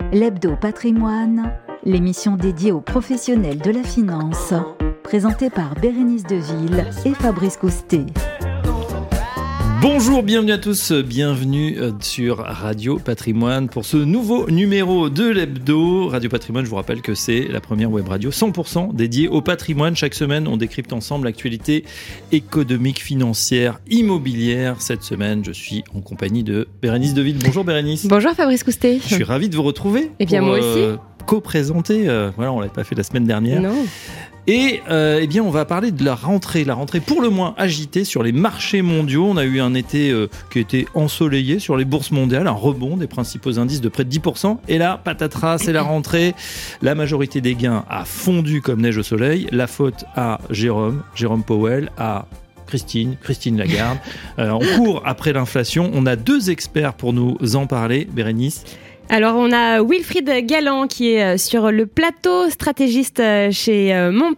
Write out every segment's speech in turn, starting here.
L'Hebdo Patrimoine, l'émission dédiée aux professionnels de la finance, présentée par Bérénice Deville et Fabrice Coustet. Bonjour, bienvenue à tous, bienvenue sur Radio Patrimoine pour ce nouveau numéro de l'Hebdo. Radio Patrimoine, je vous rappelle que c'est la première web radio 100% dédiée au patrimoine. Chaque semaine, on décrypte ensemble l'actualité économique, financière, immobilière. Cette semaine, je suis en compagnie de Bérénice Deville. Bonjour Bérénice. Bonjour Fabrice Coustet. Je suis ravi de vous retrouver. Eh bien moi aussi. Co-présenter, voilà, on ne l'avait pas fait la semaine dernière. Non. Et eh bien, on va parler de la rentrée pour le moins agitée sur les marchés mondiaux. On a eu un été qui était ensoleillé sur les bourses mondiales, un rebond des principaux indices de près de 10%. Et là, patatras, c'est la rentrée. La majorité des gains a fondu comme neige au soleil. La faute à Jérôme Powell, à Christine Lagarde. On court après l'inflation. On a deux experts pour nous en parler. Bérénice. Alors on a Wilfried Galland qui est sur le plateau, stratégiste chez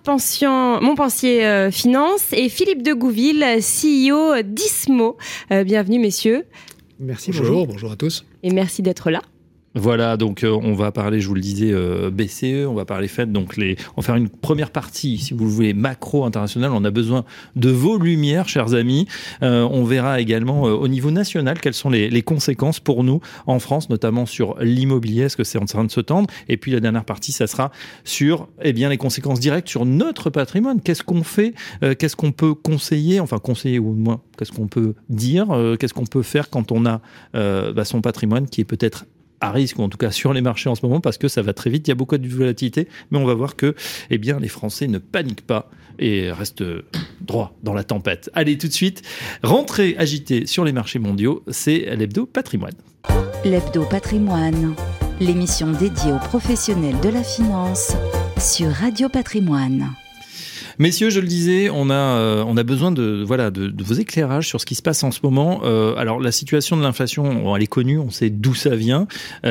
Montpensier Finance, et Philippe de Gouville, CEO d'Ismo. Bienvenue messieurs. Merci, bonjour à tous. Et merci d'être là. Voilà, donc on va parler, je vous le disais, BCE, on va parler Fed, donc on va faire une première partie, si vous le voulez, macro-internationale. On a besoin de vos lumières, chers amis. On verra également au niveau national quelles sont les conséquences pour nous en France, notamment sur l'immobilier, est-ce que c'est en train de se tendre. Et puis la dernière partie, ça sera sur les conséquences directes sur notre patrimoine. Qu'est-ce qu'on fait, qu'est-ce qu'on peut conseiller, ou au moins qu'est-ce qu'on peut dire, qu'est-ce qu'on peut faire quand on a son patrimoine qui est peut-être à risque, ou en tout cas sur les marchés en ce moment, parce que ça va très vite, il y a beaucoup de volatilité, mais on va voir que les Français ne paniquent pas et restent droits dans la tempête. Allez, tout de suite, rentrée agitée sur les marchés mondiaux, c'est l'Hebdo Patrimoine. L'Hebdo Patrimoine, l'émission dédiée aux professionnels de la finance sur Radio Patrimoine. Messieurs, je le disais, on a besoin de vos éclairages sur ce qui se passe en ce moment. Alors la situation de l'inflation, elle est connue, on sait d'où ça vient,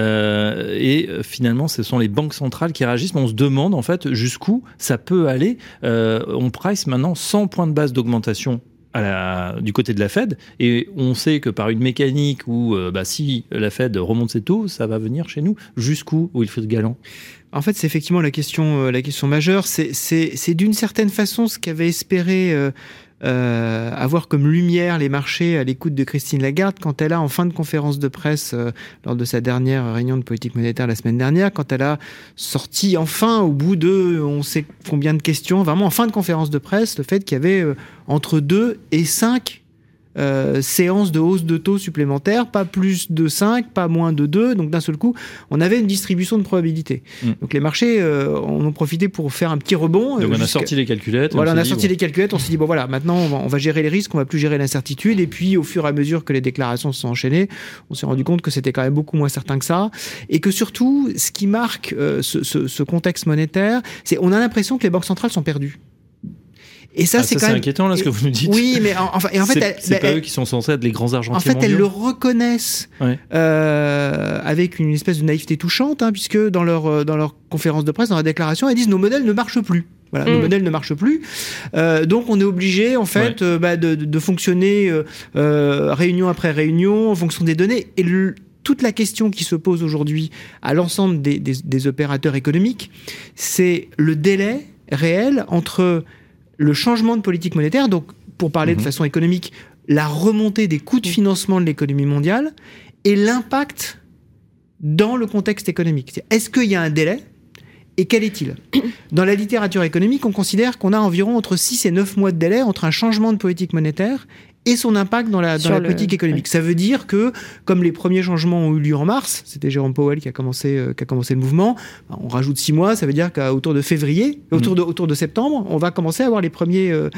et finalement, ce sont les banques centrales qui réagissent. Mais on se demande en fait jusqu'où ça peut aller. On price maintenant 100 points de base d'augmentation du côté de la Fed, et on sait que par une mécanique où si la Fed remonte ses taux, ça va venir chez nous. Jusqu'où, Wilfried Galland ? En fait, c'est effectivement la question majeure. C'est d'une certaine façon ce qu'avait espéré avoir comme lumière les marchés à l'écoute de Christine Lagarde quand elle a, en fin de conférence de presse lors de sa dernière réunion de politique monétaire la semaine dernière, quand elle a sorti enfin, au bout de on sait combien de questions, vraiment en fin de conférence de presse, le fait qu'il y avait entre 2 et 5 séances de hausse de taux supplémentaires, pas plus de 5, pas moins de 2, donc d'un seul coup on avait une distribution de probabilités. Donc les marchés en ont profité pour faire un petit rebond. Donc on a sorti les calculettes. Voilà, on s'est dit maintenant on va gérer les risques, on va plus gérer l'incertitude, et puis au fur et à mesure que les déclarations se sont enchaînées, on s'est rendu compte que c'était quand même beaucoup moins certain que ça, et que surtout ce qui marque ce contexte monétaire, c'est on a l'impression que les banques centrales sont perdues. Et ça, c'est quand même inquiétant, là, ce que vous nous dites. Oui, mais en fait, c'est pas eux qui sont censés être les grands argentiers mondiaux. Elles le reconnaissent avec une espèce de naïveté touchante, puisque dans leur conférence de presse, dans la déclaration, elles disent nos modèles ne marchent plus. Voilà, nos modèles ne marchent plus. Donc, on est obligé, en fait, de fonctionner réunion après réunion en fonction des données. Et toute la question qui se pose aujourd'hui à l'ensemble des opérateurs économiques, c'est le délai réel entre le changement de politique monétaire, donc pour parler de façon économique, la remontée des coûts de financement de l'économie mondiale, et l'impact dans le contexte économique. Est-ce qu'il y a un délai ? Et quel est-il ? Dans la littérature économique, on considère qu'on a environ entre 6 et 9 mois de délai entre un changement de politique monétaire et son impact dans la politique économique. Ça veut dire que, comme les premiers changements ont eu lieu en mars, c'était Jérôme Powell qui a commencé le mouvement, on rajoute 6 mois, ça veut dire qu'à autour de février, autour de septembre, on va commencer à avoir les premières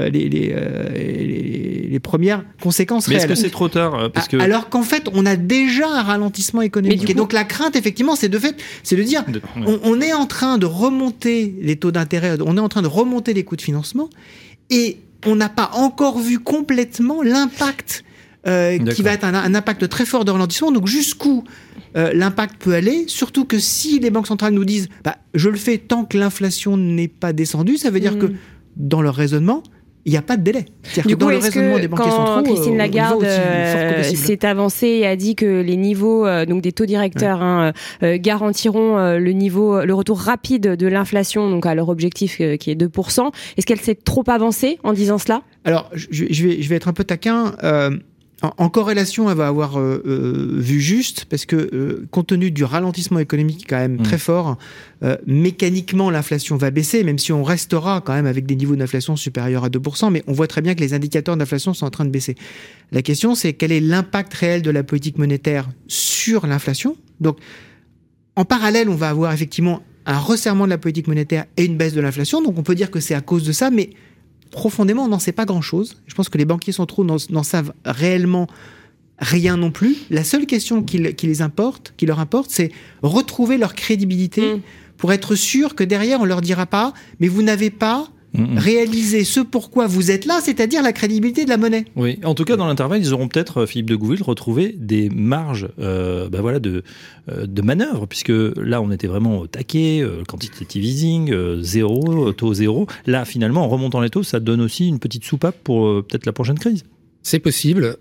conséquences réelles. Mais est-ce que c'est trop tard Alors qu'en fait, on a déjà un ralentissement économique. Et donc la crainte, effectivement, c'est de dire, on est en train de remonter les taux d'intérêt, on est en train de remonter les coûts de financement, et on n'a pas encore vu complètement l'impact qui va être un impact très fort de ralentissement. Donc jusqu'où l'impact peut aller, surtout que si les banques centrales nous disent je le fais tant que l'inflation n'est pas descendue, ça veut dire que dans leur raisonnement, il n'y a pas de délai. Du coup, est-ce que quand Christine Lagarde s'est avancée et a dit que les niveaux donc des taux directeurs garantiront le retour rapide de l'inflation, donc à leur objectif qui est 2%, est-ce qu'elle s'est trop avancée en disant cela ? Alors, je vais être un peu taquin. En corrélation, elle va avoir vu juste, parce que compte tenu du ralentissement économique quand même très fort, mécaniquement l'inflation va baisser, même si on restera quand même avec des niveaux d'inflation supérieurs à 2%, mais on voit très bien que les indicateurs d'inflation sont en train de baisser. La question, c'est quel est l'impact réel de la politique monétaire sur l'inflation ? Donc, en parallèle, on va avoir effectivement un resserrement de la politique monétaire et une baisse de l'inflation, donc on peut dire que c'est à cause de ça, mais profondément, on n'en sait pas grand-chose. Je pense que les banquiers centraux n'en savent réellement rien non plus. La seule question qui leur importe, c'est retrouver leur crédibilité pour être sûr que derrière, on leur dira pas « mais vous n'avez pas réalisé ce pourquoi vous êtes là, c'est-à-dire la crédibilité de la monnaie ». Oui, en tout cas, dans l'intervalle, ils auront peut-être, Philippe de Gouville, retrouvé des marges de manœuvre, puisque là, on était vraiment au taquet, quantitative easing, taux zéro. Là, finalement, en remontant les taux, ça donne aussi une petite soupape pour peut-être la prochaine crise. C'est possible.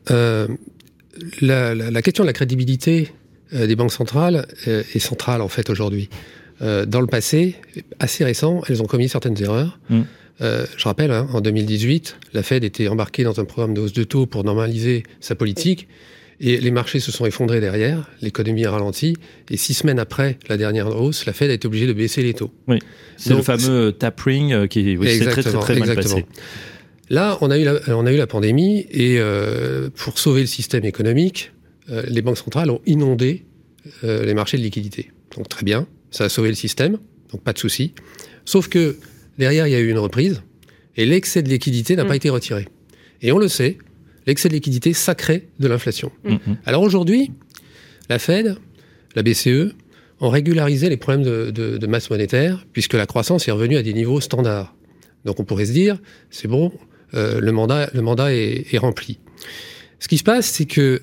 La question de la crédibilité des banques centrales est centrale, en fait, aujourd'hui. Dans le passé, assez récent, elles ont commis certaines erreurs. Je rappelle, en 2018, la Fed était embarquée dans un programme de hausse de taux pour normaliser sa politique, et les marchés se sont effondrés derrière, l'économie a ralenti, et 6 semaines après la dernière hausse, la Fed a été obligée de baisser les taux. Oui, c'est le fameux tapering qui s'est très mal passé. Là, on a eu la pandémie, et pour sauver le système économique, les banques centrales ont inondé les marchés de liquidités. Donc très bien, ça a sauvé le système, donc pas de souci. Sauf que derrière, il y a eu une reprise, et l'excès de liquidité n'a pas été retiré. Et on le sait, l'excès de liquidité, ça crée de l'inflation. Alors aujourd'hui, la Fed, la BCE, ont régularisé les problèmes de masse monétaire, puisque la croissance est revenue à des niveaux standards. Donc on pourrait se dire, c'est bon, le mandat est rempli. Ce qui se passe, c'est que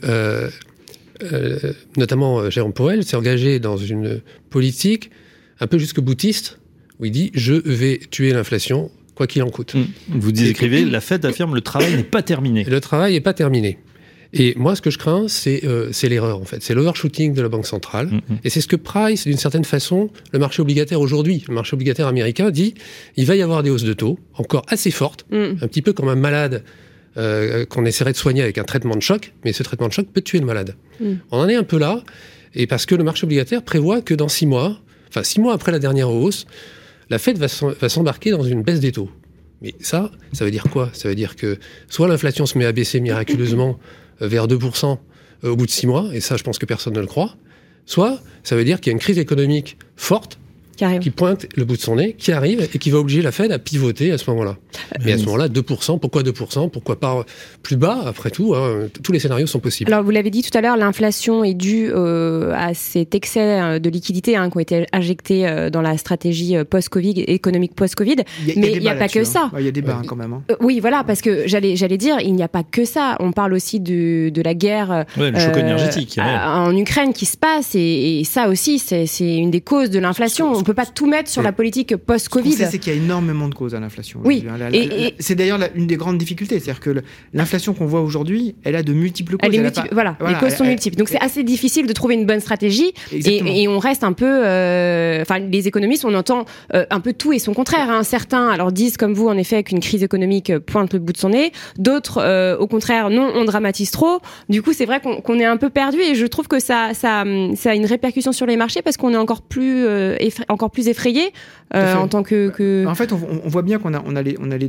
notamment Jérôme Powell s'est engagé dans une politique un peu jusque-boutiste, où il dit « je vais tuer l'inflation, quoi qu'il en coûte ». Vous écrivez « la Fed affirme le travail n'est pas terminé ». Le travail n'est pas terminé. Et moi, ce que je crains, c'est l'erreur, en fait. C'est l'overshooting de la Banque centrale. Et c'est ce que price, d'une certaine façon, le marché obligataire aujourd'hui. Le marché obligataire américain dit il va y avoir des hausses de taux, encore assez fortes, un petit peu comme un malade qu'on essaierait de soigner avec un traitement de choc, mais ce traitement de choc peut tuer le malade. On en est un peu là, et parce que le marché obligataire prévoit que dans 6 mois, enfin 6 mois après la dernière hausse, la Fed va s'embarquer dans une baisse des taux. Mais ça veut dire quoi ? Ça veut dire que soit l'inflation se met à baisser miraculeusement vers 2% au bout de 6 mois, et ça, je pense que personne ne le croit, soit ça veut dire qu'il y a une crise économique forte qui pointe le bout de son nez, qui arrive et qui va obliger la Fed à pivoter à ce moment-là. Mais à ce moment-là, 2%, pourquoi 2% ? Pourquoi pas plus bas ? Après tout, tous les scénarios sont possibles. Alors, vous l'avez dit tout à l'heure, l'inflation est due à cet excès de liquidités qui ont été injectés dans la stratégie post-Covid, économique post-Covid. Mais il n'y a pas que ça. Il y a des bas quand même. Oui, voilà, parce que j'allais dire, il n'y a pas que ça. On parle aussi de la guerre le choc énergétique, en Ukraine qui se passe, et ça aussi, c'est une des causes de l'inflation. On peut pas tout mettre sur la politique post-Covid. Ce qu'on sait, c'est qu'il y a énormément de causes à l'inflation. Oui. C'est d'ailleurs une des grandes difficultés. C'est-à-dire que l'inflation qu'on voit aujourd'hui, elle a de multiples causes. Les causes sont multiples. Donc c'est assez difficile de trouver une bonne stratégie. Et on reste un peu... les économistes, on entend un peu tout et son contraire. Certains alors disent, comme vous, en effet, qu'une crise économique pointe le bout de son nez. D'autres, au contraire, non, on dramatise trop. Du coup, c'est vrai qu'on est un peu perdu. Et je trouve que ça a une répercussion sur les marchés parce qu'on est encore plus effrayé en tant que... En fait, on voit bien qu'on a les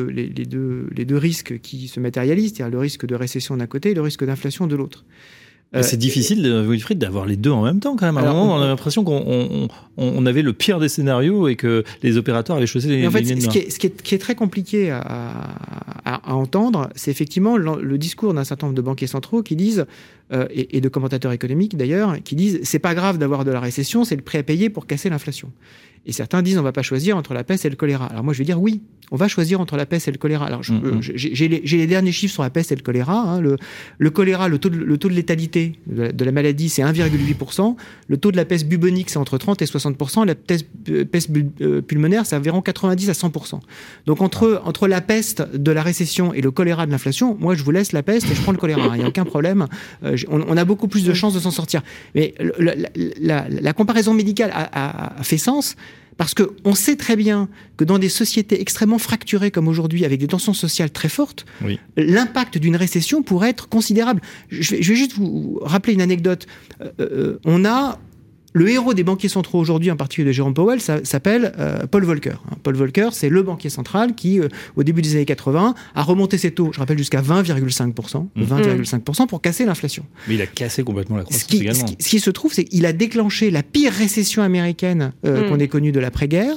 deux risques qui se matérialisent, c'est-à-dire le risque de récession d'un côté et le risque d'inflation de l'autre. C'est difficile, Wilfried, d'avoir les deux en même temps quand même. À un moment, on a l'impression qu'on avait le pire des scénarios et que les opérateurs avaient chaussé les... En fait, ce qui est très compliqué à entendre, c'est effectivement le discours d'un certain nombre de banquiers centraux qui disent, et de commentateurs économiques d'ailleurs, qui disent c'est pas grave d'avoir de la récession, c'est le prix à payer pour casser l'inflation. Et certains disent on ne va pas choisir entre la peste et le choléra. Alors moi je vais dire oui, on va choisir entre la peste et le choléra. Alors j'ai les derniers chiffres sur la peste et le choléra. Hein. Le choléra, le taux de létalité de la maladie, c'est 1,8%. Le taux de la peste bubonique, c'est entre 30 et 60%. La peste pulmonaire, c'est environ 90 à 100%. Donc entre la peste de la récession et le choléra de l'inflation, moi je vous laisse la peste et je prends le choléra. Il n'y a aucun problème. On a beaucoup plus de chances de s'en sortir. Mais la comparaison médicale a fait sens. Parce qu'on sait très bien que dans des sociétés extrêmement fracturées comme aujourd'hui, avec des tensions sociales très fortes, l'impact d'une récession pourrait être considérable. Je vais juste vous rappeler une anecdote. On a le héros des banquiers centraux aujourd'hui, en particulier de Jérôme Powell, s'appelle Paul Volcker. Paul Volcker, c'est le banquier central qui, au début des années 80, a remonté ses taux, je rappelle, jusqu'à 20,5%, 20,5% pour casser l'inflation. Mais il a cassé complètement la croissance également. Ce qui se trouve, c'est qu'il a déclenché la pire récession américaine qu'on ait connue de l'après-guerre.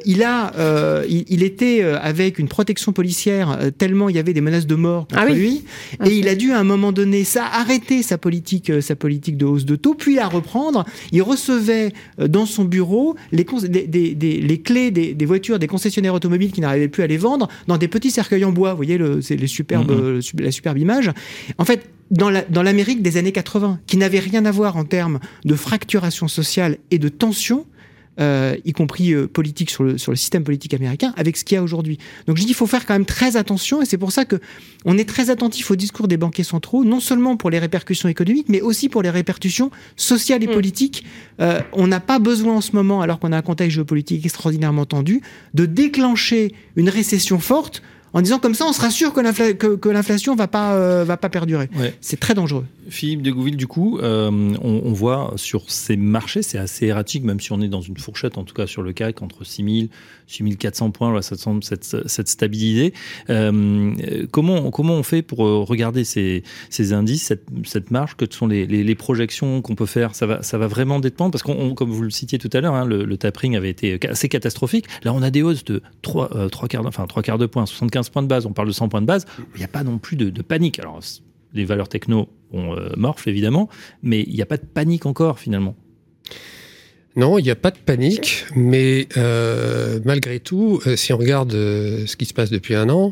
Il était avec une protection policière tellement il y avait des menaces de mort contre lui. Et il a dû, à un moment donné, arrêter sa politique de hausse de taux, puis la reprendre. Il recevait dans son bureau les clés des voitures des concessionnaires automobiles qui n'arrivaient plus à les vendre dans des petits cercueils en bois. Vous voyez, c'est la superbe image. En fait, dans l'Amérique des années 80, qui n'avait rien à voir en termes de fracturation sociale et de tension, y compris politique sur le système politique américain, avec ce qu'il y a aujourd'hui. Donc je dis, il faut faire quand même très attention, et c'est pour ça que on est très attentif au discours des banquiers centraux, non seulement pour les répercussions économiques, mais aussi pour les répercussions sociales et politiques. On n'a pas besoin en ce moment, alors qu'on a un contexte géopolitique extraordinairement tendu, de déclencher une récession forte en disant comme ça, on sera sûr que l'inflation va pas perdurer. Ouais. C'est très dangereux. Philippe de Gouville, du coup, on voit sur ces marchés, c'est assez erratique, même si on est dans une fourchette, en tout cas sur le CAC, entre 6 400 points, là, ça semble cette stabilité. Comment on fait pour regarder ces indices, cette marge, que sont les projections qu'on peut faire? Ça va vraiment dépendre, parce comme vous le citiez tout à l'heure, hein, le tapering avait été assez catastrophique. Là, on a des hausses de 3 quarts de point, 75 points de base, on parle de 100 points de base. Il n'y a pas non plus de panique. Alors, les valeurs techno morflent évidemment, mais il n'y a pas de panique encore finalement. Non, il n'y a pas de panique, mais malgré tout, si on regarde ce qui se passe depuis un an,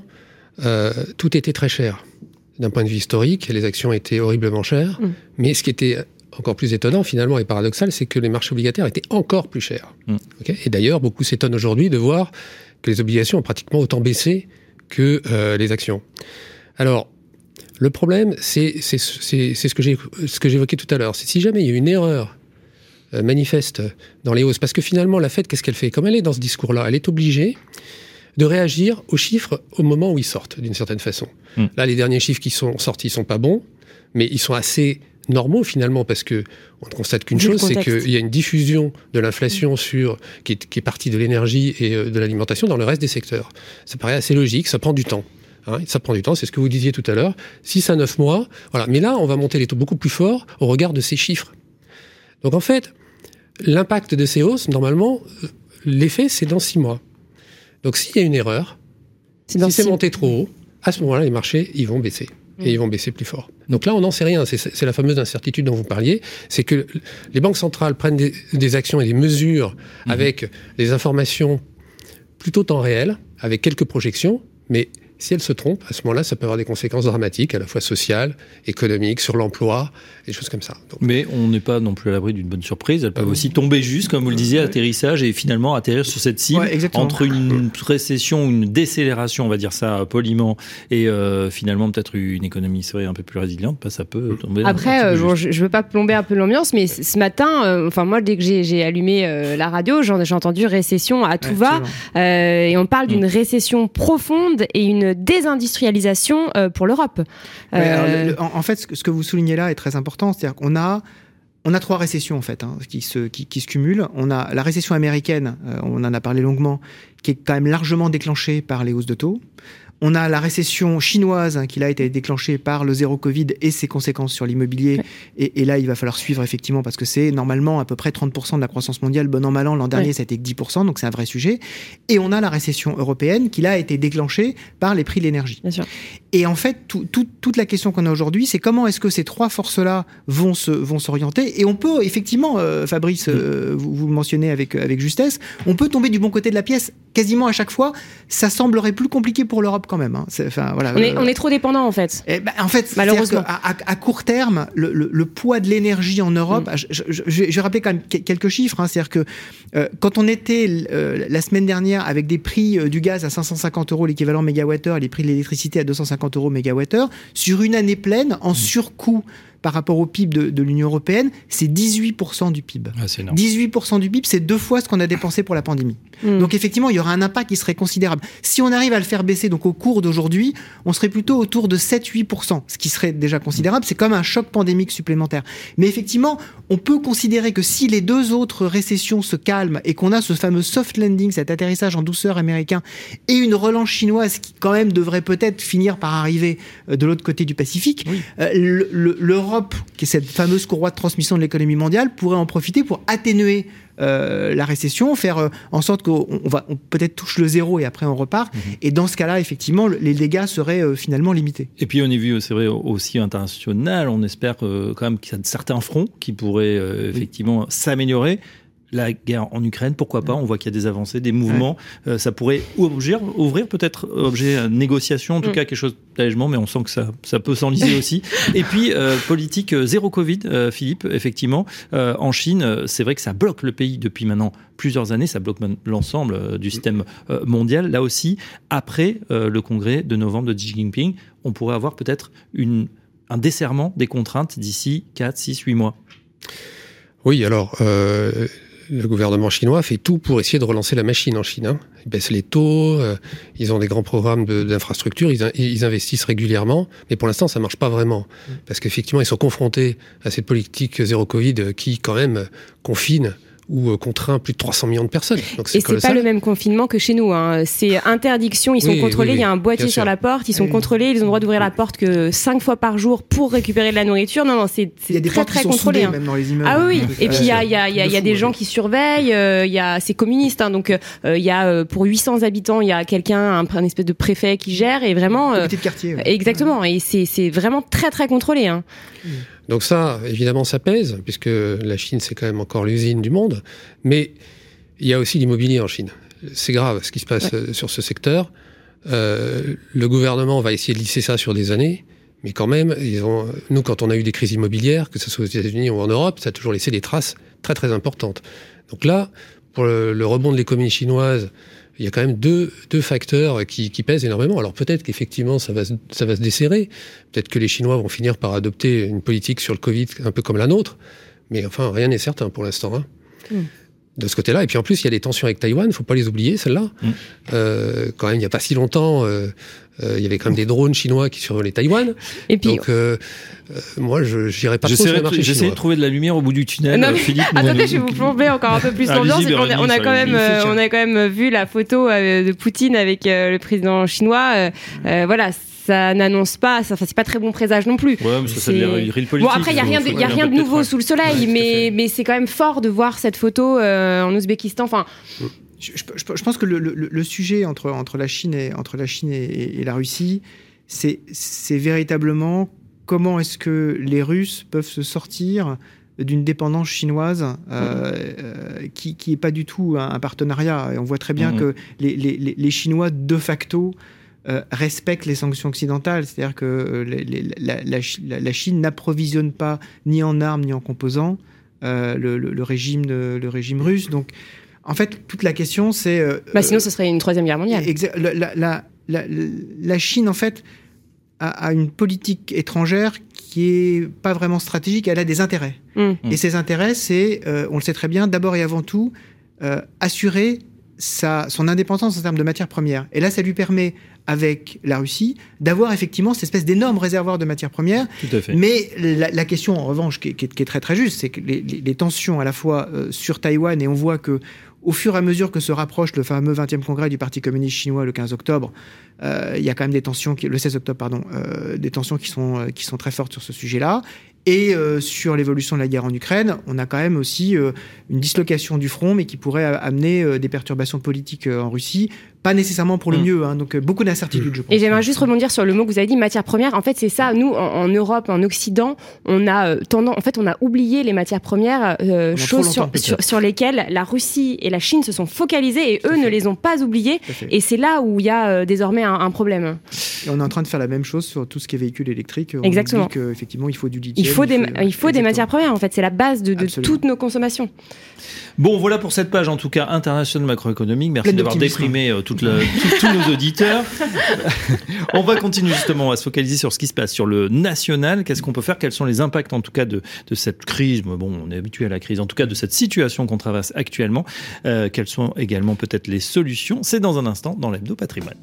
tout était très cher. D'un point de vue historique, les actions étaient horriblement chères, mais ce qui était encore plus étonnant finalement et paradoxal, c'est que les marchés obligataires étaient encore plus chers. Okay, et d'ailleurs, beaucoup s'étonnent aujourd'hui de voir que les obligations ont pratiquement autant baissé que les actions. Alors, le problème, c'est ce que j'évoquais tout à l'heure. C'est si jamais il y a une erreur manifeste dans les hausses, parce que finalement, la Fed, qu'est-ce qu'elle fait? Comme elle est dans ce discours-là, elle est obligée de réagir aux chiffres au moment où ils sortent, d'une certaine façon. Là, les derniers chiffres qui sont sortis sont pas bons, mais ils sont assez normaux finalement, parce que on ne constate qu'une chose, c'est qu'il y a une diffusion de l'inflation qui est partie de l'énergie et de l'alimentation dans le reste des secteurs. Ça paraît assez logique, ça prend du temps. Ça prend du temps, c'est ce que vous disiez tout à l'heure, 6 à 9 mois. Voilà. Mais là, on va monter les taux beaucoup plus forts au regard de ces chiffres. Donc en fait, l'impact de ces hausses, normalement, l'effet, c'est dans 6 mois. Donc s'il y a une erreur, si c'est monté trop haut, à ce moment-là, les marchés, ils vont baisser. Et ils vont baisser plus fort. Donc là, on n'en sait rien. C'est la fameuse incertitude dont vous parliez. C'est que les banques centrales prennent des actions et des mesures avec des informations plutôt temps réel, avec quelques projections, mais si elles se trompent, à ce moment-là, ça peut avoir des conséquences dramatiques, à la fois sociales, économiques, sur l'emploi, des choses comme ça. Donc, mais on n'est pas non plus à l'abri d'une bonne surprise. Elles peuvent aussi tomber juste, comme vous le disiez, l'atterrissage, et finalement atterrir sur cette cible entre une récession, une décélération, on va dire ça poliment, et finalement peut-être une économie, c'est vrai, un peu plus résiliente. Ça peut tomber. Après, je veux pas plomber un peu l'ambiance, mais ce matin, moi, dès que j'ai allumé la radio, j'ai entendu récession à tout va, et on parle d'une récession profonde et une désindustrialisation pour l'Europe. En fait, ce que vous soulignez là est très important, c'est-à-dire qu'on a 3 récessions en fait qui se cumulent. On a la récession américaine, on en a parlé longuement, qui est quand même largement déclenchée par les hausses de taux. On a la récession chinoise qui là a été déclenchée par le zéro Covid et ses conséquences sur l'immobilier. Et là, il va falloir suivre effectivement, parce que c'est normalement à peu près 30% de la croissance mondiale. Bon an, mal an, l'an dernier, ça a été que 10%, donc c'est un vrai sujet. Et on a la récession européenne qui là a été déclenchée par les prix de l'énergie. Bien sûr. Et en fait, toute la question qu'on a aujourd'hui, c'est comment est-ce que ces trois forces-là vont s'orienter. Et on peut effectivement, Fabrice, vous le mentionnez avec justesse, on peut tomber du bon côté de la pièce quasiment à chaque fois. Ça semblerait plus compliqué pour l'Europe quand même. Hein. Voilà, on est trop dépendant en fait. En fait, malheureusement, à court terme, le poids de l'énergie en Europe. Je vais rappeler quand même quelques chiffres. Hein. C'est-à-dire que quand on était la semaine dernière avec des prix du gaz à 550 € l'équivalent mégawattheure, les prix de l'électricité à 250 € mégawattheure, sur une année pleine, en surcoût par rapport au PIB de l'Union européenne, c'est 18% du PIB. Ah, c'est énorme. 18% du PIB, c'est 2 fois ce qu'on a dépensé pour la pandémie. Donc effectivement, il y aura un impact qui serait considérable. Si on arrive à le faire baisser, donc au cours d'aujourd'hui, on serait plutôt autour de 7-8%, ce qui serait déjà considérable. C'est comme un choc pandémique supplémentaire. Mais effectivement, on peut considérer que si les deux autres récessions se calment et qu'on a ce fameux soft landing, cet atterrissage en douceur américain, et une relance chinoise qui quand même devrait peut-être finir par arriver de l'autre côté du Pacifique, l'Europe, qui est cette fameuse courroie de transmission de l'économie mondiale, pourrait en profiter pour atténuer la récession, faire en sorte qu'on peut-être touche le zéro et après on repart. Et dans ce cas-là, effectivement, les dégâts seraient finalement limités. Et puis on est vu, c'est vrai, aussi international, on espère quand même qu'il y a certains fronts qui pourraient effectivement s'améliorer. La guerre en Ukraine, pourquoi pas? On voit qu'il y a des avancées, des mouvements. Ça pourrait ouvrir peut-être objet négociation, en tout cas quelque chose d'allègement, mais on sent que ça peut s'enliser aussi. Et puis, politique zéro Covid, Philippe, effectivement. En Chine, c'est vrai que ça bloque le pays depuis maintenant plusieurs années. Ça bloque l'ensemble du système mondial. Là aussi, après le congrès de novembre de Xi Jinping, on pourrait avoir peut-être un desserrement des contraintes d'ici 4, 6, 8 mois. Oui, alors... le gouvernement chinois fait tout pour essayer de relancer la machine en Chine. Hein. Ils baissent les taux, ils ont des grands programmes d'infrastructures, ils investissent régulièrement, mais pour l'instant, ça marche pas vraiment. Parce qu'effectivement, ils sont confrontés à cette politique zéro Covid qui, quand même, confine ou contraint plus de 300 millions de personnes. Donc c'est colossal. Pas le même confinement que chez nous. Hein. C'est interdiction, ils sont contrôlés, il y a un boîtier sur la porte, ils sont contrôlés, ils ont le droit d'ouvrir la porte que 5 fois par jour pour récupérer de la nourriture. Non, c'est très très contrôlé. Hein. Même dans les immeubles. Ah oui, et puis il y a des gens qui surveillent, c'est communiste, hein, donc il y a pour 800 habitants, il y a quelqu'un, un espèce de préfet qui gère, et vraiment... Comité de quartier. Exactement, et c'est vraiment très très contrôlé. Hein. Donc ça, évidemment, ça pèse, puisque la Chine, c'est quand même encore l'usine du monde. Mais il y a aussi l'immobilier en Chine. C'est grave ce qui se passe sur ce secteur. Le gouvernement va essayer de lisser ça sur des années. Mais quand même, nous, quand on a eu des crises immobilières, que ce soit aux États-Unis ou en Europe, ça a toujours laissé des traces très très importantes. Donc là, pour le rebond de l'économie chinoise, il y a quand même deux facteurs qui pèsent énormément. Alors peut-être qu'effectivement ça va se desserrer. Peut-être que les Chinois vont finir par adopter une politique sur le Covid un peu comme la nôtre. Mais enfin, rien n'est certain pour l'instant. Hein. De ce côté-là. Et puis en plus, il y a des tensions avec Taïwan. Il ne faut pas les oublier, celles-là. Quand même, il n'y a pas si longtemps, il y avait quand même des drones chinois qui survolaient Taïwan. Et puis, donc, moi, je n'irais pas trop sur le marché chinois. J'essaie de trouver de la lumière au bout du tunnel. Non, Philippe, attendez, je vais vous plomber encore un peu plus l'ambiance. On a quand même vu la photo de Poutine avec le président chinois. Voilà. Ça n'annonce pas, c'est pas très bon présage non plus. Ouais, mais ça devient politique. Bon, après, il y a rien de nouveau sous le soleil, mais c'est quand même fort de voir cette photo en Ouzbékistan. Enfin. Je pense que le sujet entre la Chine et la Russie, c'est véritablement comment est-ce que les Russes peuvent se sortir d'une dépendance chinoise qui est pas du tout un partenariat. Et on voit très bien que les Chinois de facto respectent les sanctions occidentales, c'est-à-dire que la Chine n'approvisionne pas ni en armes ni en composants le régime russe. Donc, en fait, toute la question, c'est... sinon, ce serait une troisième guerre mondiale. La Chine, en fait, a une politique étrangère qui est pas vraiment stratégique. Elle a des intérêts. Et ces intérêts, c'est, on le sait très bien, d'abord et avant tout, assurer son indépendance en termes de matières premières. Et là, ça lui permet, avec la Russie, d'avoir effectivement cette espèce d'énorme réservoir de matières premières. Tout à fait. Mais la question, en revanche, qui est très très juste, c'est que les tensions à la fois sur Taïwan, et on voit que au fur et à mesure que se rapproche le fameux 20e congrès du Parti communiste chinois le 15 octobre, il y a quand même des tensions, le 16 octobre, pardon, des tensions qui sont très fortes sur ce sujet-là. Et sur l'évolution de la guerre en Ukraine, on a quand même aussi une dislocation du front, mais qui pourrait amener des perturbations politiques en Russie, pas nécessairement pour le mieux, hein, donc beaucoup d'incertitudes, je pense. Et j'aimerais juste rebondir sur le mot que vous avez dit, matières premières. En fait, c'est ça. Nous, en Europe, en Occident, on a tendance, en fait, on a oublié les matières premières, choses sur lesquelles la Russie et la Chine se sont focalisées, et eux ne les ont pas oubliées. Et c'est là où il y a désormais un problème. Et on est en train de faire la même chose sur tout ce qui est véhicule électrique. Exactement. Effectivement, il faut du lithium. Il faut des matières premières. En fait, c'est la base de toutes nos consommations. Bon, voilà pour cette page, en tout cas, internationale macroéconomique. Merci d'avoir déprimé tous nos auditeurs. On va continuer justement à se focaliser sur ce qui se passe sur le national. Qu'est-ce qu'on peut faire? Quels sont les impacts, en tout cas, de cette crise? Bon, on est habitué à la crise. En tout cas, de cette situation qu'on traverse actuellement. Quelles sont également peut-être les solutions? C'est dans un instant dans l'Hebdo Patrimoine.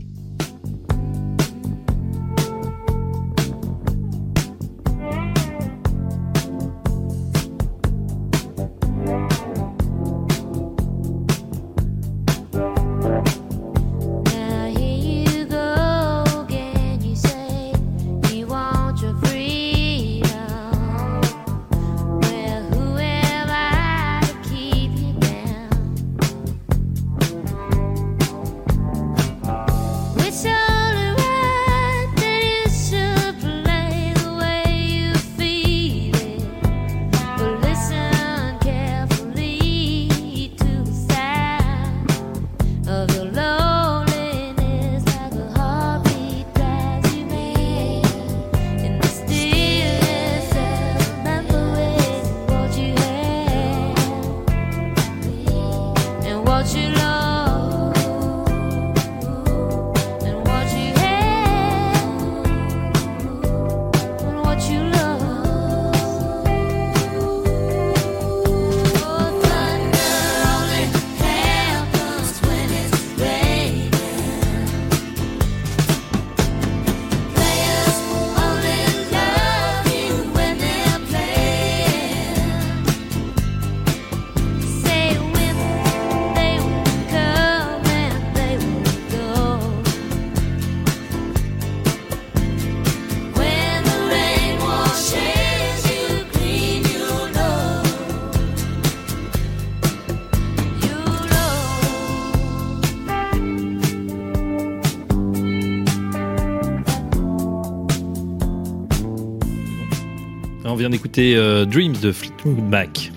On vient d'écouter Dreams de Fleetwood Mac.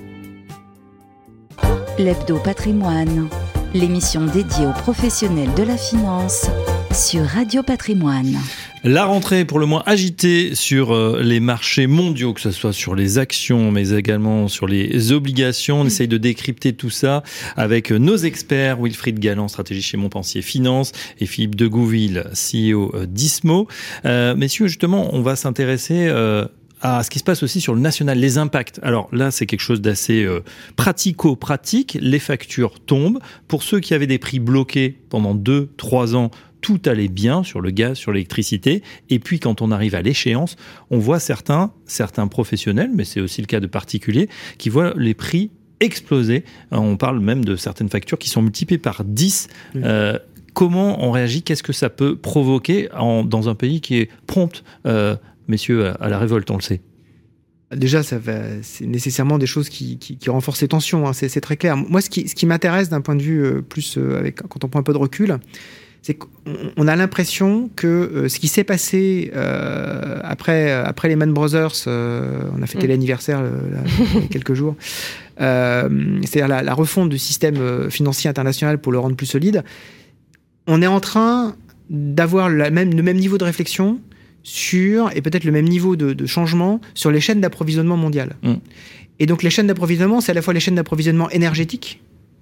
L'Hebdo Patrimoine, l'émission dédiée aux professionnels de la finance sur Radio Patrimoine. La rentrée pour le moins agitée sur les marchés mondiaux, que ce soit sur les actions, mais également sur les obligations. On essaye de décrypter tout ça avec nos experts, Wilfried Galland, stratégiste chez Montpensier Finance, et Philippe Degouville, CEO d'Ismo. Messieurs, justement, on va s'intéresser à ce qui se passe aussi sur le national, les impacts. Alors là, c'est quelque chose d'assez pratico-pratique. Les factures tombent. Pour ceux qui avaient des prix bloqués pendant 2-3 ans, tout allait bien sur le gaz, sur l'électricité. Et puis, quand on arrive à l'échéance, on voit certains professionnels, mais c'est aussi le cas de particuliers, qui voient les prix exploser. On parle même de certaines factures qui sont multipliées par 10. Comment on réagit? Qu'est-ce que ça peut provoquer dans un pays qui est prompt, messieurs, à la révolte, on le sait? Déjà, c'est nécessairement des choses qui renforcent les tensions, hein, c'est très clair. Moi, ce qui m'intéresse d'un point de vue plus, quand on prend un peu de recul, c'est qu'on a l'impression que ce qui s'est passé après Lehman Brothers, on a fêté l'anniversaire il y a quelques jours, c'est-à-dire la refonte du système financier international pour le rendre plus solide, on est en train d'avoir le même niveau de réflexion et peut-être le même niveau de changement sur les chaînes d'approvisionnement mondiales. Et donc les chaînes d'approvisionnement, c'est à la fois les chaînes d'approvisionnement énergétiques,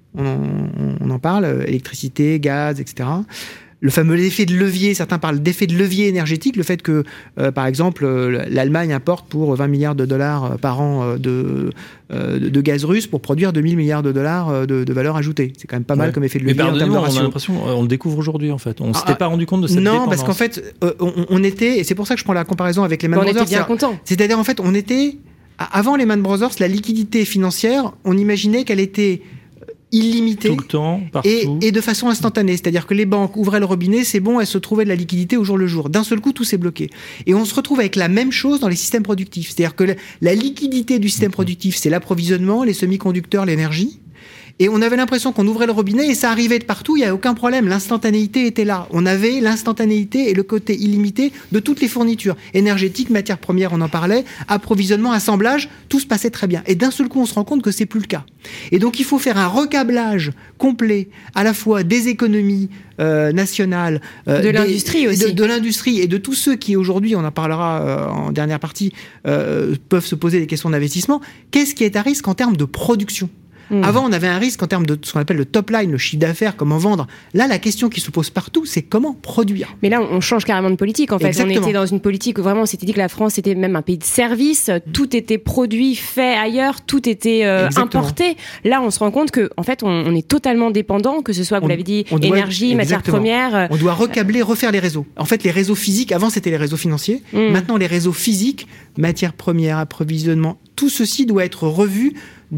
on en parle, électricité, gaz, etc. Le fameux effet de levier, certains parlent d'effet de levier énergétique, le fait que, par exemple, l'Allemagne importe pour 20 milliards de dollars par an de gaz russe pour produire 2000 milliards de dollars de valeur ajoutée. C'est quand même pas mal comme effet de levier. Mais pardonnez-moi, on a l'impression, on le découvre aujourd'hui en fait. On ne s'était pas rendu compte de cette dépendance. Non, parce qu'en fait, on était, et c'est pour ça que je prends la comparaison avec Lehman Brothers. On était bien contents. C'est-à-dire, en fait, avant Lehman Brothers, la liquidité financière, on imaginait qu'elle était illimité tout le temps, partout. Et de façon instantanée. C'est-à-dire que les banques ouvraient le robinet, c'est bon, elles se trouvaient de la liquidité au jour le jour. D'un seul coup, tout s'est bloqué. Et on se retrouve avec la même chose dans les systèmes productifs. C'est-à-dire que la liquidité du système productif, c'est l'approvisionnement, les semi-conducteurs, l'énergie. Et on avait l'impression qu'on ouvrait le robinet et ça arrivait de partout, il n'y a aucun problème. L'instantanéité était là. On avait l'instantanéité et le côté illimité de toutes les fournitures. Énergétique, matières premières, on en parlait, approvisionnement, assemblage, tout se passait très bien. Et d'un seul coup, on se rend compte que c'est plus le cas. Et donc, il faut faire un recablage complet, à la fois des économies nationales, de l'industrie aussi. De l'industrie et de tous ceux qui, aujourd'hui, on en parlera en dernière partie, peuvent se poser des questions d'investissement. Qu'est-ce qui est à risque en termes de production ? Avant, on avait un risque en termes de ce qu'on appelle le top line, le chiffre d'affaires, comment vendre. Là, la question qui se pose partout, c'est comment produire. Mais là, on change carrément de politique, en fait. Exactement. On était dans une politique où vraiment, on s'était dit que la France était même un pays de service. Tout était produit, fait ailleurs, tout était importé. Là, on se rend compte que, en fait, on est totalement dépendant, que ce soit, vous l'avez dit, énergie, matières premières. On doit recabler, refaire les réseaux. En fait, les réseaux physiques, avant, c'était les réseaux financiers. Maintenant, les réseaux physiques, matières premières, approvisionnement, tout ceci doit être revu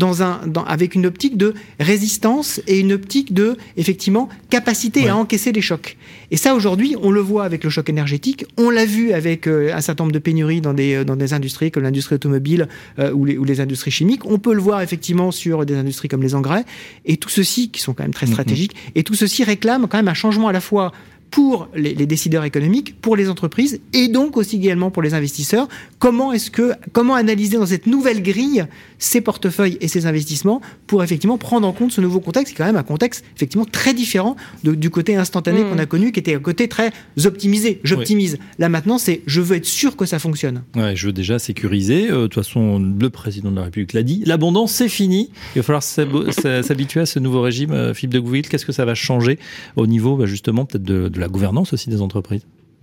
avec une optique de résistance et une optique de, effectivement, capacité à encaisser les chocs. Et ça, aujourd'hui, on le voit avec le choc énergétique. On l'a vu avec un certain nombre de pénuries dans des industries comme l'industrie automobile ou les industries chimiques. On peut le voir, effectivement, sur des industries comme les engrais. Et tout ceci, qui sont quand même très stratégiques, et tout ceci réclame quand même un changement à la fois pour les décideurs économiques, pour les entreprises et donc aussi également pour les investisseurs. Comment analyser dans cette nouvelle grille ces portefeuilles et ces investissements pour effectivement prendre en compte ce nouveau contexte, qui est quand même un contexte effectivement très différent du côté instantané qu'on a connu, qui était un côté très optimisé. J'optimise. Là maintenant, c'est je veux être sûr que ça fonctionne. Ouais, je veux déjà sécuriser. De toute façon, le président de la République l'a dit. L'abondance, c'est fini. Il va falloir s'habituer à ce nouveau régime. Philippe de Gouville, qu'est-ce que ça va changer au niveau justement peut-être de la gouvernance aussi des entreprises?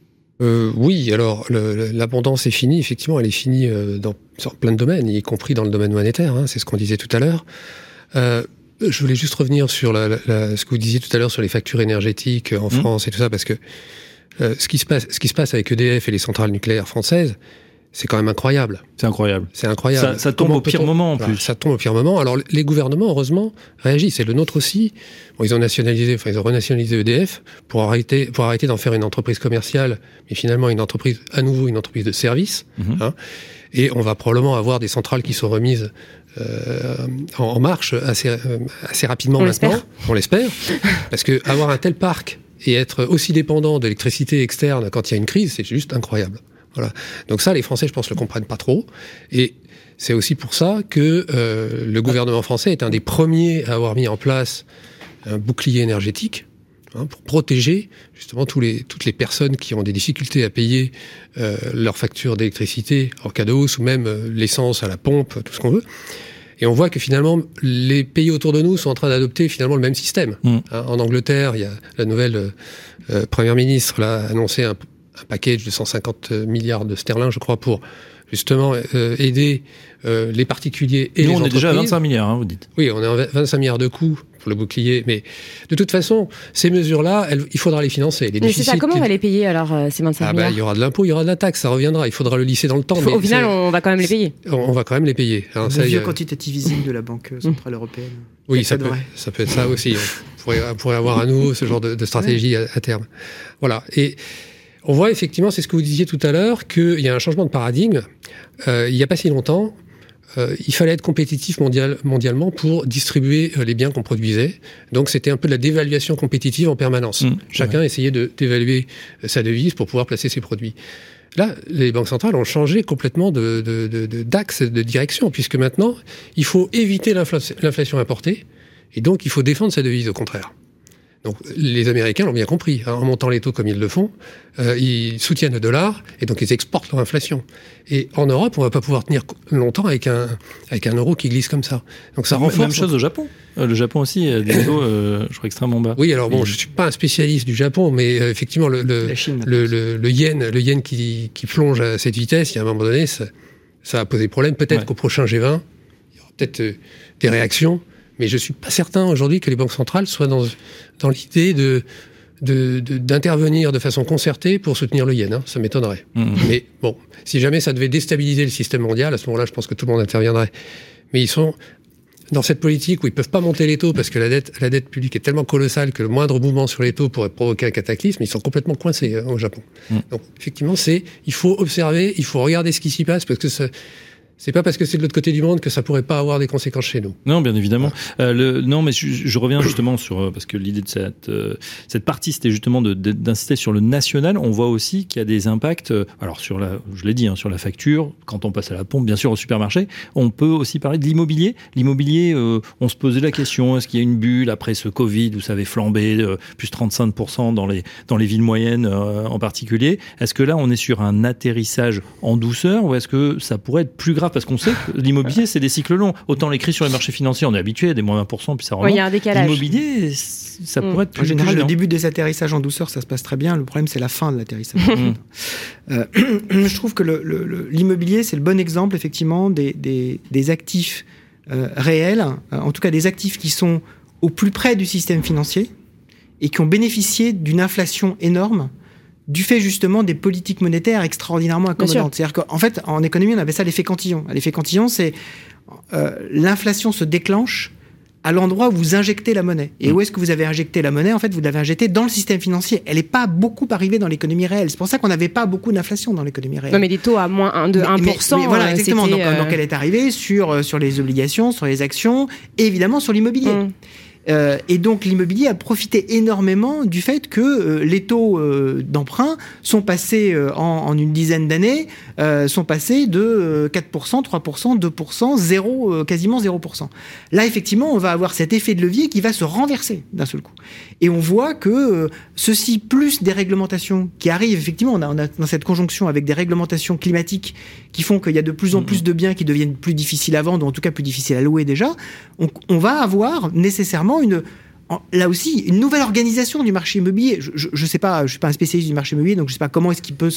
Oui, alors l'abondance est finie, effectivement, elle est finie dans plein de domaines, y compris dans le domaine monétaire, c'est ce qu'on disait tout à l'heure. Je voulais juste revenir sur ce que vous disiez tout à l'heure sur les factures énergétiques en France et tout ça, parce que ce qui se passe avec EDF et les centrales nucléaires françaises, c'est quand même incroyable. C'est incroyable. C'est incroyable. Ça tombe au pire moment en plus. Ça tombe au pire moment. Alors les gouvernements, heureusement, réagissent. Et le nôtre aussi. Bon, ils ont renationalisé EDF pour arrêter d'en faire une entreprise commerciale, mais finalement une entreprise de service. Et on va probablement avoir des centrales qui sont remises en marche assez rapidement maintenant. On l'espère. Parce que avoir un tel parc et être aussi dépendant d'électricité externe quand il y a une crise, c'est juste incroyable. Voilà. Donc ça, les Français, je pense, le comprennent pas trop. Et c'est aussi pour ça que le gouvernement français est un des premiers à avoir mis en place un bouclier énergétique pour protéger justement toutes les personnes qui ont des difficultés à payer leurs factures d'électricité en cas de hausse ou même l'essence à la pompe, tout ce qu'on veut. Et on voit que finalement, les pays autour de nous sont en train d'adopter finalement le même système. En Angleterre, il y a la nouvelle première ministre là, a annoncé un package de 150 milliards de sterling, je crois, pour justement aider les particuliers et les entreprises. Nous, on est déjà à 25 milliards, vous dites. Oui, on est à 25 milliards de coûts pour le bouclier. Mais de toute façon, ces mesures-là, il faudra les financer. Mais c'est ça, comment on va les payer alors, ces 25 milliards? Il y aura de l'impôt, il y aura de la taxe, ça reviendra. Il faudra le lisser dans le temps. Au final, on va quand même les payer. On va quand même les payer. Le vieux quantitative easing de la Banque Centrale Européenne. Oui, ça peut être ça aussi. On pourrait avoir à nouveau ce genre de stratégie à terme. Voilà. Et on voit effectivement, c'est ce que vous disiez tout à l'heure, qu'il y a un changement de paradigme. Il n'y a pas si longtemps, il fallait être compétitif mondialement pour distribuer les biens qu'on produisait. Donc c'était un peu de la dévaluation compétitive en permanence. Chacun essayait d'évaluer sa devise pour pouvoir placer ses produits. Là, les banques centrales ont changé complètement d'axe, de direction, puisque maintenant, il faut éviter l'inflation importée, et donc il faut défendre sa devise au contraire. Donc les Américains l'ont bien compris, en montant les taux comme ils le font, ils soutiennent le dollar et donc ils exportent leur inflation. Et en Europe, on va pas pouvoir tenir longtemps avec un euro qui glisse comme ça. Donc ça renforce. Même chose au Japon. Le Japon aussi a des taux, je crois, extrêmement bas. Oui, alors bon, je suis pas un spécialiste du Japon, mais effectivement le yen qui plonge à cette vitesse, il y a un moment donné, ça va poser problème. Peut-être qu'au prochain G20, il y aura peut-être des réactions. Mais je suis pas certain aujourd'hui que les banques centrales soient dans l'idée d'intervenir de façon concertée pour soutenir le yen. Ça m'étonnerait. Mais bon, si jamais ça devait déstabiliser le système mondial, à ce moment-là, je pense que tout le monde interviendrait. Mais ils sont dans cette politique où ils peuvent pas monter les taux parce que la dette publique est tellement colossale que le moindre mouvement sur les taux pourrait provoquer un cataclysme, ils sont complètement coincés au Japon. Donc effectivement, il faut observer, il faut regarder ce qui s'y passe parce que c'est pas parce que c'est de l'autre côté du monde que ça pourrait pas avoir des conséquences chez nous. Non, bien évidemment. Non, mais je reviens justement sur parce que l'idée de cette partie, c'était justement d'insister sur le national. On voit aussi qu'il y a des impacts. Alors je l'ai dit, sur la facture, quand on passe à la pompe, bien sûr au supermarché, on peut aussi parler de l'immobilier. L'immobilier, on se posait la question est-ce qu'il y a une bulle après ce Covid où ça avait flambé plus 35% dans les villes moyennes en particulier. Est-ce que là, on est sur un atterrissage en douceur ou est-ce que ça pourrait être plus grave? Parce qu'on sait que l'immobilier, c'est des cycles longs. Autant les crises sur les marchés financiers, on est habitué à des moins 20%, puis ça remonte. Il y a un décalage. L'immobilier, ça pourrait être plus. En général, plus le début des atterrissages en douceur, ça se passe très bien. Le problème, c'est la fin de l'atterrissage. Je trouve que l'immobilier, c'est le bon exemple, effectivement, des actifs réels, en tout cas des actifs qui sont au plus près du système financier et qui ont bénéficié d'une inflation énorme du fait justement des politiques monétaires extraordinairement accommodantes. C'est-à-dire qu'en fait, en économie, on appelle ça l'effet cantillon. L'effet cantillon, c'est l'inflation se déclenche à l'endroit où vous injectez la monnaie. Et où est-ce que vous avez injecté la monnaie? En fait, vous l'avez injectée dans le système financier. Elle n'est pas beaucoup arrivée dans l'économie réelle. C'est pour ça qu'on n'avait pas beaucoup d'inflation dans l'économie réelle. Non, mais des taux à moins 1%. Mais voilà, exactement. Donc elle est arrivée sur les obligations, sur les actions, et évidemment sur l'immobilier. Et donc l'immobilier a profité énormément du fait que les taux d'emprunt sont passés en une dizaine d'années, sont passés de 4%, 3%, 2%, quasiment 0%. Là, effectivement, on va avoir cet effet de levier qui va se renverser d'un seul coup. Et on voit que ceci, plus des réglementations qui arrivent, effectivement, on a dans cette conjonction avec des réglementations climatiques qui font qu'il y a de plus en plus de biens qui deviennent plus difficiles à vendre, ou en tout cas plus difficiles à louer déjà, on va avoir nécessairement là aussi, une nouvelle organisation du marché immobilier. Je sais pas, je suis pas un spécialiste du marché immobilier, donc je sais pas comment est-ce qu'il peut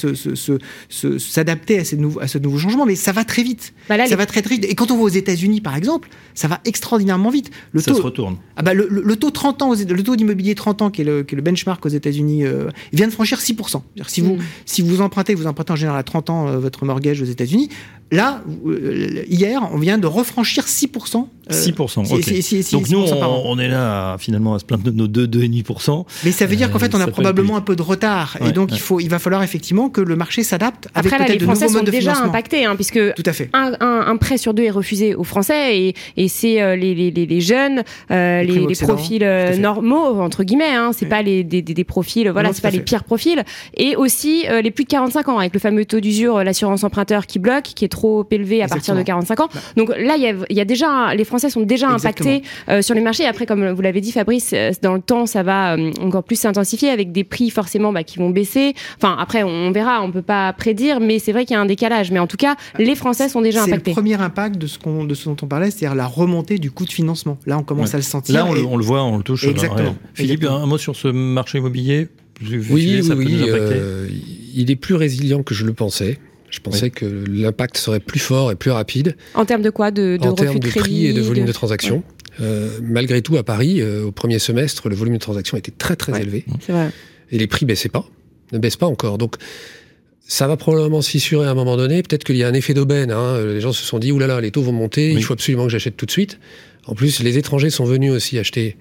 s'adapter à ce nouveau changement, mais ça va très vite. Ça va très vite. Et quand on va aux États-Unis, par exemple, ça va extraordinairement vite. Ça se retourne. Le taux 30 ans, le taux d'immobilier 30 ans, qui est le benchmark aux États-Unis, il vient de franchir 6%. Si vous empruntez en général à 30 ans votre mortgage aux États-Unis, là, hier, on vient de refranchir 6%. 6%, ok. Donc nous, on est là, finalement, à se plaindre de nos 2,5%. Mais ça veut dire qu'en fait, on a probablement un peu de retard. Et donc, il va falloir effectivement que le marché s'adapte avec peut-être de nouveaux modes de financement. Les Français sont déjà impactés, puisque tout à fait. Un prêt sur 2 est refusé aux Français, et c'est les jeunes, les profils normaux, entre guillemets, c'est pas des profils, voilà, c'est pas les pires profils. Et aussi, les plus de 45 ans, avec le fameux taux d'usure, l'assurance emprunteur qui bloque, qui est trop élevé à partir de 45 ans. Donc là, il y a déjà, les Français sont déjà impactés sur les marchés. Après, comme vous l'avez dit, Fabrice, dans le temps, ça va encore plus s'intensifier avec des prix forcément qui vont baisser. Enfin, après, on verra, on peut pas prédire, mais c'est vrai qu'il y a un décalage. Mais en tout cas, les Français sont déjà impactés. C'est le premier impact de ce dont on parlait, c'est-à-dire la remontée du coût de financement. Là, on commence à le sentir. Là, on le voit, on le touche. Exactement. Philippe, un mot sur ce marché immobilier? Oui. Il est plus résilient que je le pensais. Je pensais que l'impact serait plus fort et plus rapide. En termes de quoi? En termes de prix et de volume de transactions. Malgré tout, à Paris, au premier semestre, le volume de transactions était très très élevé. C'est vrai. Et les prix ne baissent pas encore. Donc, ça va probablement se fissurer à un moment donné. Peut-être qu'il y a un effet d'aubaine. Les gens se sont dit, oulala, les taux vont monter, il faut absolument que j'achète tout de suite. En plus, les étrangers sont venus aussi acheter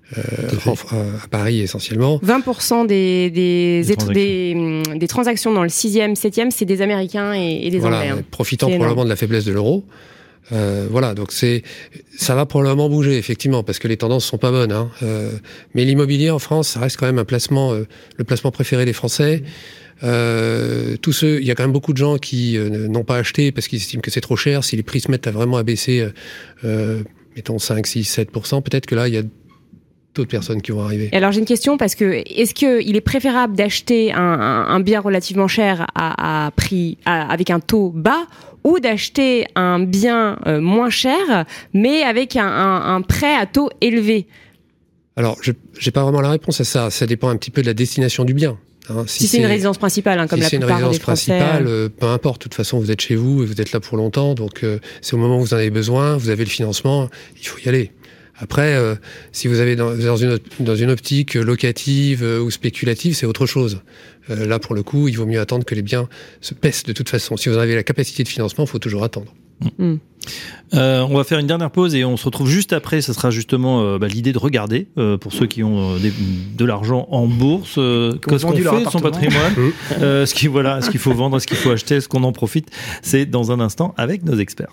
à Paris essentiellement. 20% des transactions dans le 6e, 7e, c'est des Américains et des Anglais. Profitant probablement de la faiblesse de l'euro. Donc ça va probablement bouger effectivement parce que les tendances sont pas bonnes. Mais l'immobilier en France, ça reste quand même le placement préféré des Français. Il y a quand même beaucoup de gens qui n'ont pas acheté parce qu'ils estiment que c'est trop cher. Si les prix se mettent vraiment à baisser, mettons 5, 6, 7%, peut-être que là il y a d'autres personnes qui vont arriver. Alors j'ai une question parce que est-ce qu'il est préférable d'acheter un bien relativement cher à prix avec un taux bas ou d'acheter un bien moins cher mais avec un prêt à taux élevé? Alors j'ai pas vraiment la réponse à ça. Ça dépend un petit peu de la destination du bien. Si c'est une résidence principale, comme la plupart des Français. Si c'est une résidence principale, peu importe. De toute façon, vous êtes chez vous et vous êtes là pour longtemps. Donc c'est au moment où vous en avez besoin, vous avez le financement, il faut y aller. Après, si vous avez dans une optique locative ou spéculative, c'est autre chose. Là, pour le coup, il vaut mieux attendre que les biens se baissent de toute façon. Si vous avez la capacité de financement, il faut toujours attendre. On va faire une dernière pause et on se retrouve juste après. Ça sera justement l'idée de regarder pour ceux qui ont de l'argent en bourse, qu'est-ce qu'on fait de son patrimoine, ce qu'il faut vendre, ce qu'il faut acheter, ce qu'on en profite. C'est dans un instant avec nos experts.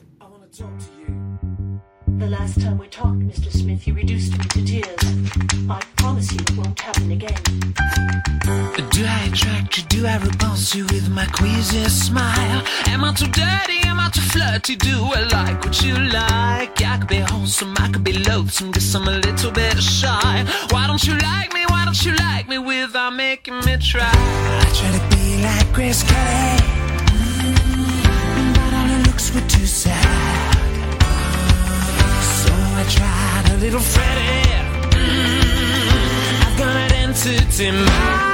The last time we talked, Mr. Smith, you reduced me to tears. I promise you it won't happen again. Do I attract you? Do I repulse you with my queasy smile? Am I too dirty? Am I too flirty? Do I like what you like? I could be wholesome, I could be loathsome, guess I'm a little bit shy. Why don't you like me? Why don't you like me without making me try? I try to be like Grace Kelly, but all her looks were too sad. I tried a little Freddie. I've got an entity mind.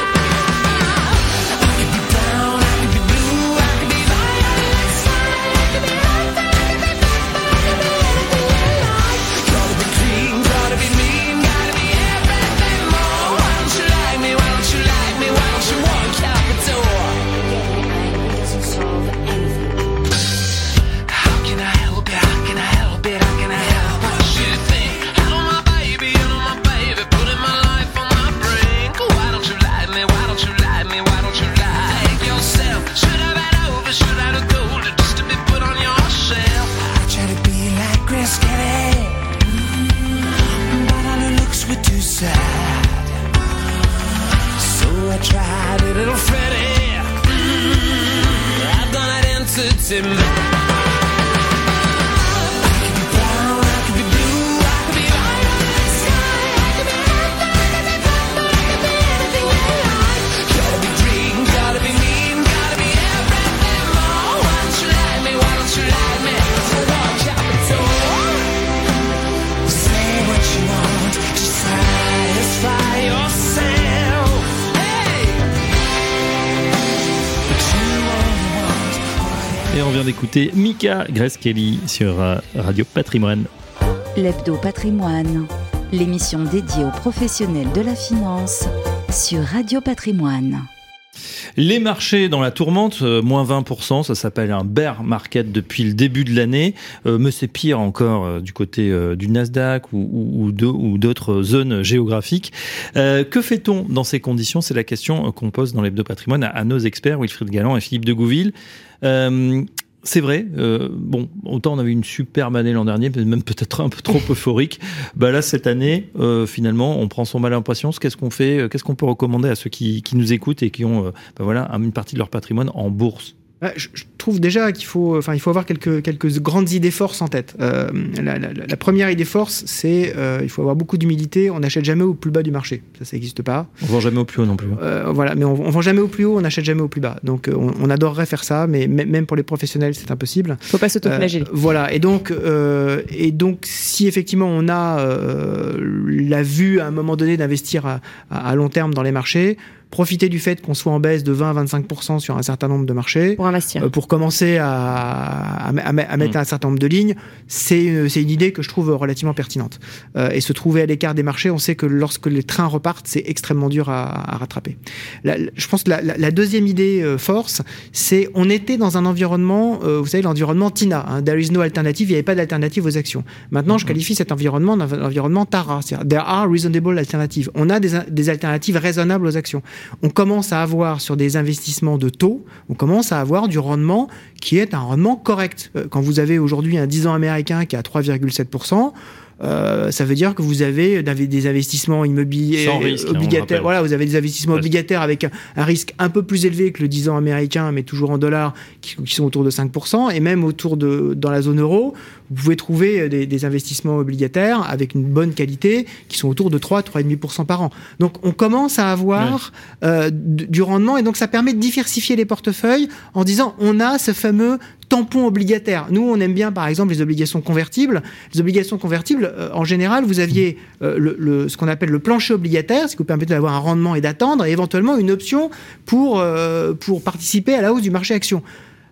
I could be brown, I could be blue, I could be violet, I could be red, I could be anything you like. Gotta be clean, gotta be mean, gotta be everything more. Why don't you like me? Why don't you like me? Why don't you walk out the door? Getting angry doesn't solve anything. How can I help it? How can I help it? How can I help it? I tried a little Freddie. I've got an entity mind. Et on vient d'écouter Mika Grace Kelly sur Radio Patrimoine. L'Hebdo Patrimoine, l'émission dédiée aux professionnels de la finance sur Radio Patrimoine. Les marchés dans la tourmente, moins 20%, ça s'appelle un bear market depuis le début de l'année, mais c'est pire encore du côté du Nasdaq ou d'autres zones géographiques. Que fait-on dans ces conditions ? C'est la question qu'on pose dans l'Hebdo Patrimoine à nos experts, Wilfried Galland et Philippe de Gouville. C'est vrai, autant on avait une superbe année l'an dernier, même peut-être un peu trop euphorique. Là, cette année, finalement, on prend son mal en patience. Qu'est-ce qu'on fait ? Qu'est-ce qu'on peut recommander à ceux qui nous écoutent et qui ont une partie de leur patrimoine en bourse ? Je trouve déjà qu'il faut avoir quelques grandes idées forces en tête. La première idée force, c'est il faut avoir beaucoup d'humilité. On n'achète jamais au plus bas du marché. Ça n'existe pas. On vend jamais au plus haut non plus. Mais on vend jamais au plus haut, on n'achète jamais au plus bas. Donc on adorerait faire ça, mais même pour les professionnels, c'est impossible. Faut pas s'autoflageller. Et donc si effectivement on a la vue à un moment donné d'investir à long terme dans les marchés, profiter du fait qu'on soit en baisse de 20 à 25% sur un certain nombre de marchés pour investir, pour commencer à mettre un certain nombre de lignes, c'est une idée que je trouve relativement pertinente. Et se trouver à l'écart des marchés, on sait que lorsque les trains repartent, c'est extrêmement dur à rattraper. Je pense que la deuxième idée force, c'est on était dans un environnement, vous savez, l'environnement TINA, there is no alternative, il n'y avait pas d'alternative aux actions. Maintenant, je qualifie cet environnement d'un environnement TARA, c'est-à-dire there are reasonable alternatives. On a des alternatives raisonnables aux actions. On commence à avoir sur des investissements de taux, on commence à avoir du rendement qui est un rendement correct. Quand vous avez aujourd'hui un 10 ans américain qui est à 3,7%, ça veut dire que vous avez des investissements immobiliers sans risque, obligataires. Voilà, vous avez des investissements obligataires avec un risque un peu plus élevé que le 10 ans américain, mais toujours en dollars, qui sont autour de 5%. Et même dans la zone euro, vous pouvez trouver des investissements obligataires avec une bonne qualité qui sont autour de 3,5% par an. Donc on commence à avoir du rendement, et donc ça permet de diversifier les portefeuilles en disant on a ce fameux tampon obligataire. Nous, on aime bien, par exemple, les obligations convertibles. Les obligations convertibles, en général, vous aviez ce qu'on appelle le plancher obligataire, ce qui vous permet d'avoir un rendement et d'attendre, et éventuellement une option pour participer à la hausse du marché action.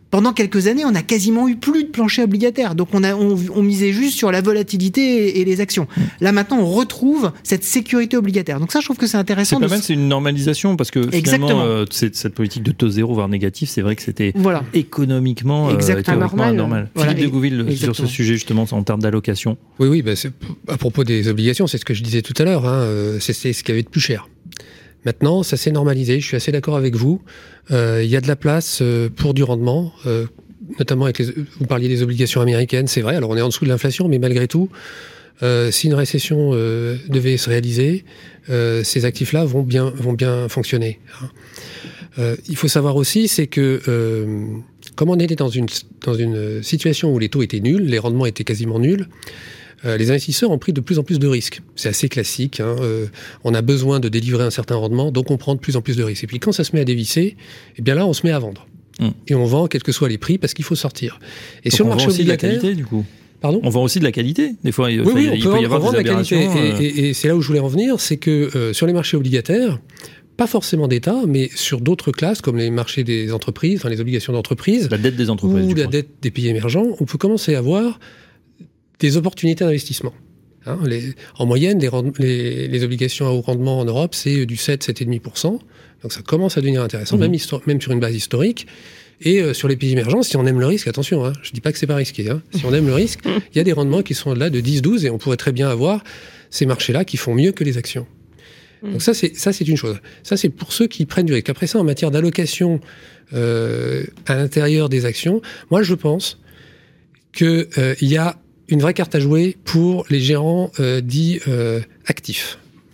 pendant quelques années, on a quasiment eu plus de plancher obligataire. Donc on misait juste sur la volatilité et les actions. Là maintenant, on retrouve cette sécurité obligataire. Donc ça, je trouve que c'est intéressant. C'est pas mal, c'est une normalisation parce que finalement, cette politique de taux zéro voire négatif, c'est vrai que c'était économiquement normal. Voilà. Philippe de Gouville, sur ce sujet justement en termes d'allocation. Oui, à propos des obligations, c'est ce que je disais tout à l'heure. C'est ce qu'il y avait de plus cher. Maintenant, ça s'est normalisé. Je suis assez d'accord avec vous. Il y a de la place pour du rendement, notamment vous parliez des obligations américaines. C'est vrai. Alors, on est en dessous de l'inflation, mais malgré tout, si une récession devait se réaliser, ces actifs-là vont bien fonctionner. Il faut savoir aussi, c'est que comme on était dans une situation où les taux étaient nuls, les rendements étaient quasiment nuls. Les investisseurs ont pris de plus en plus de risques. C'est assez classique. On a besoin de délivrer un certain rendement, donc on prend de plus en plus de risques. Et puis quand ça se met à dévisser, eh bien là, on se met à vendre. Et on vend quels que soient les prix parce qu'il faut sortir. Et donc sur le marché obligataire, de la qualité, du coup. Pardon ? On vend aussi de la qualité. Des fois, il peut y avoir des aberrations. Et c'est là où je voulais en venir, c'est que sur les marchés obligataires, pas forcément d'État, mais sur d'autres classes, comme les marchés des entreprises, enfin les obligations d'entreprise, la dette des entreprises, ou la dette des pays émergents, on peut commencer à voir des opportunités d'investissement. En moyenne, les obligations à haut rendement en Europe, c'est du 7,5%. Donc ça commence à devenir intéressant, même sur une base historique. Et sur les pays émergents, si on aime le risque, attention, je dis pas que c'est pas risqué. Si on aime le risque, il y a des rendements qui sont au-delà de 10-12 et on pourrait très bien avoir ces marchés-là qui font mieux que les actions. Donc ça c'est une chose. Ça c'est pour ceux qui prennent du risque. Après ça, en matière d'allocation à l'intérieur des actions, moi je pense que il y a une vraie carte à jouer pour les gérants dits actifs.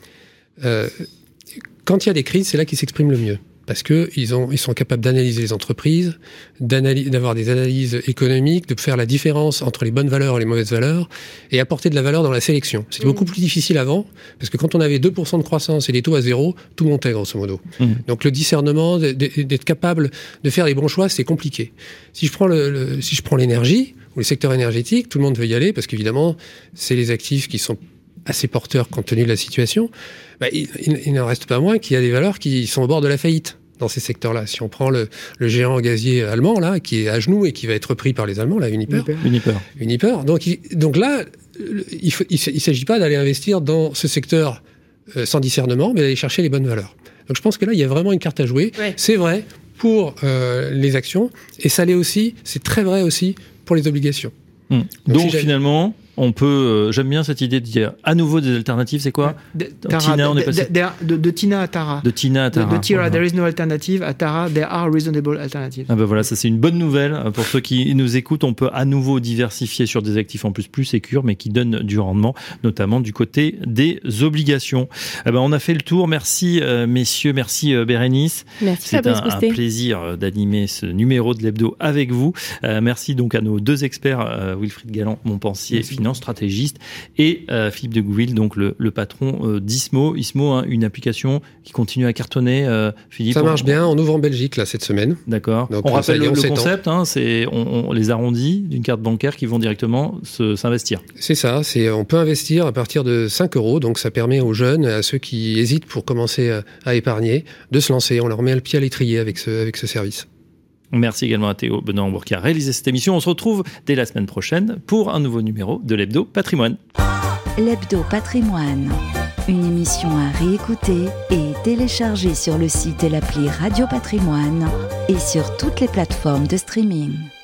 Quand il y a des crises, c'est là qu'ils s'expriment le mieux. Parce que ils sont capables d'analyser les entreprises, d'avoir des analyses économiques, de faire la différence entre les bonnes valeurs et les mauvaises valeurs, et apporter de la valeur dans la sélection. C'était beaucoup plus difficile avant, parce que quand on avait 2% de croissance et des taux à zéro, tout montait grosso modo. Donc le discernement, d'être capable de faire les bons choix, c'est compliqué. Si je prends l'énergie, ou les secteurs énergétiques, tout le monde veut y aller, parce qu'évidemment, c'est les actifs qui sont assez porteurs compte tenu de la situation. Il n'en reste pas moins qu'il y a des valeurs qui sont au bord de la faillite dans ces secteurs-là. Si on prend le géant gazier allemand, là, qui est à genoux et qui va être repris par les Allemands, là, Uniper. Donc là, il s'agit pas d'aller investir dans ce secteur sans discernement, mais d'aller chercher les bonnes valeurs. Donc je pense que là, il y a vraiment une carte à jouer. Ouais. C'est vrai pour les actions, et ça l'est aussi, c'est très vrai aussi pour les obligations. Donc finalement, on peut. J'aime bien cette idée de dire à nouveau des alternatives. C'est quoi Tina, on est passé de Tina à Tara. De Tina à Tara. De Tira, there is no alternative. À Tara, there are reasonable alternatives. Voilà, ça c'est une bonne nouvelle pour ceux qui nous écoutent. On peut à nouveau diversifier sur des actifs en plus sécures, mais qui donnent du rendement, notamment du côté des obligations. On a fait le tour. Merci messieurs, merci Bérénice. Merci. C'est un plaisir d'animer ce numéro de l'hebdo avec vous. Merci donc à nos deux experts, Wilfried Galland, Montpensier, stratégiste, et Philippe de Gouville, donc le patron d'Ismo. Ismo, une application qui continue à cartonner. Philippe, ça marche bien. On ouvre en Belgique là cette semaine. D'accord. Donc, on rappelle le concept. C'est on les arrondit d'une carte bancaire qui vont directement s'investir. C'est ça. On peut investir à partir de 5 €. Donc ça permet aux jeunes, à ceux qui hésitent pour commencer à épargner, de se lancer. On leur met le pied à l'étrier avec ce service. Merci également à Théo Benoît-Hambourg qui a réalisé cette émission. On se retrouve dès la semaine prochaine pour un nouveau numéro de l'Hebdo Patrimoine. L'Hebdo Patrimoine, une émission à réécouter et télécharger sur le site et l'appli Radio Patrimoine et sur toutes les plateformes de streaming.